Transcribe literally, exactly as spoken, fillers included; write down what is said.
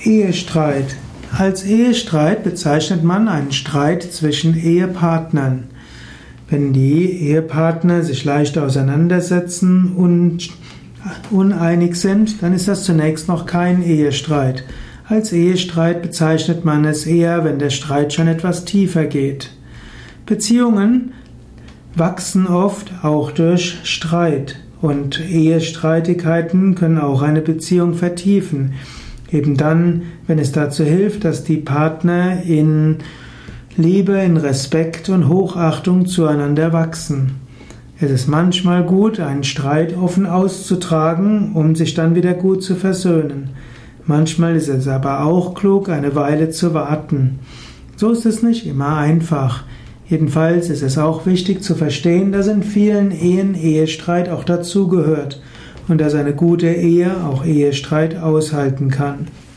Ehestreit. Als Ehestreit bezeichnet man einen Streit zwischen Ehepartnern. Wenn die Ehepartner sich leicht auseinandersetzen und uneinig sind, dann ist das zunächst noch kein Ehestreit. Als Ehestreit bezeichnet man es eher, wenn der Streit schon etwas tiefer geht. Beziehungen wachsen oft auch durch Streit und Ehestreitigkeiten können auch eine Beziehung vertiefen. Eben dann, wenn es dazu hilft, dass die Partner in Liebe, in Respekt und Hochachtung zueinander wachsen. Es ist manchmal gut, einen Streit offen auszutragen, um sich dann wieder gut zu versöhnen. Manchmal ist es aber auch klug, eine Weile zu warten. So ist es nicht immer einfach. Jedenfalls ist es auch wichtig zu verstehen, dass in vielen Ehen Ehestreit auch dazugehört und dass eine gute Ehe auch Ehestreit aushalten kann.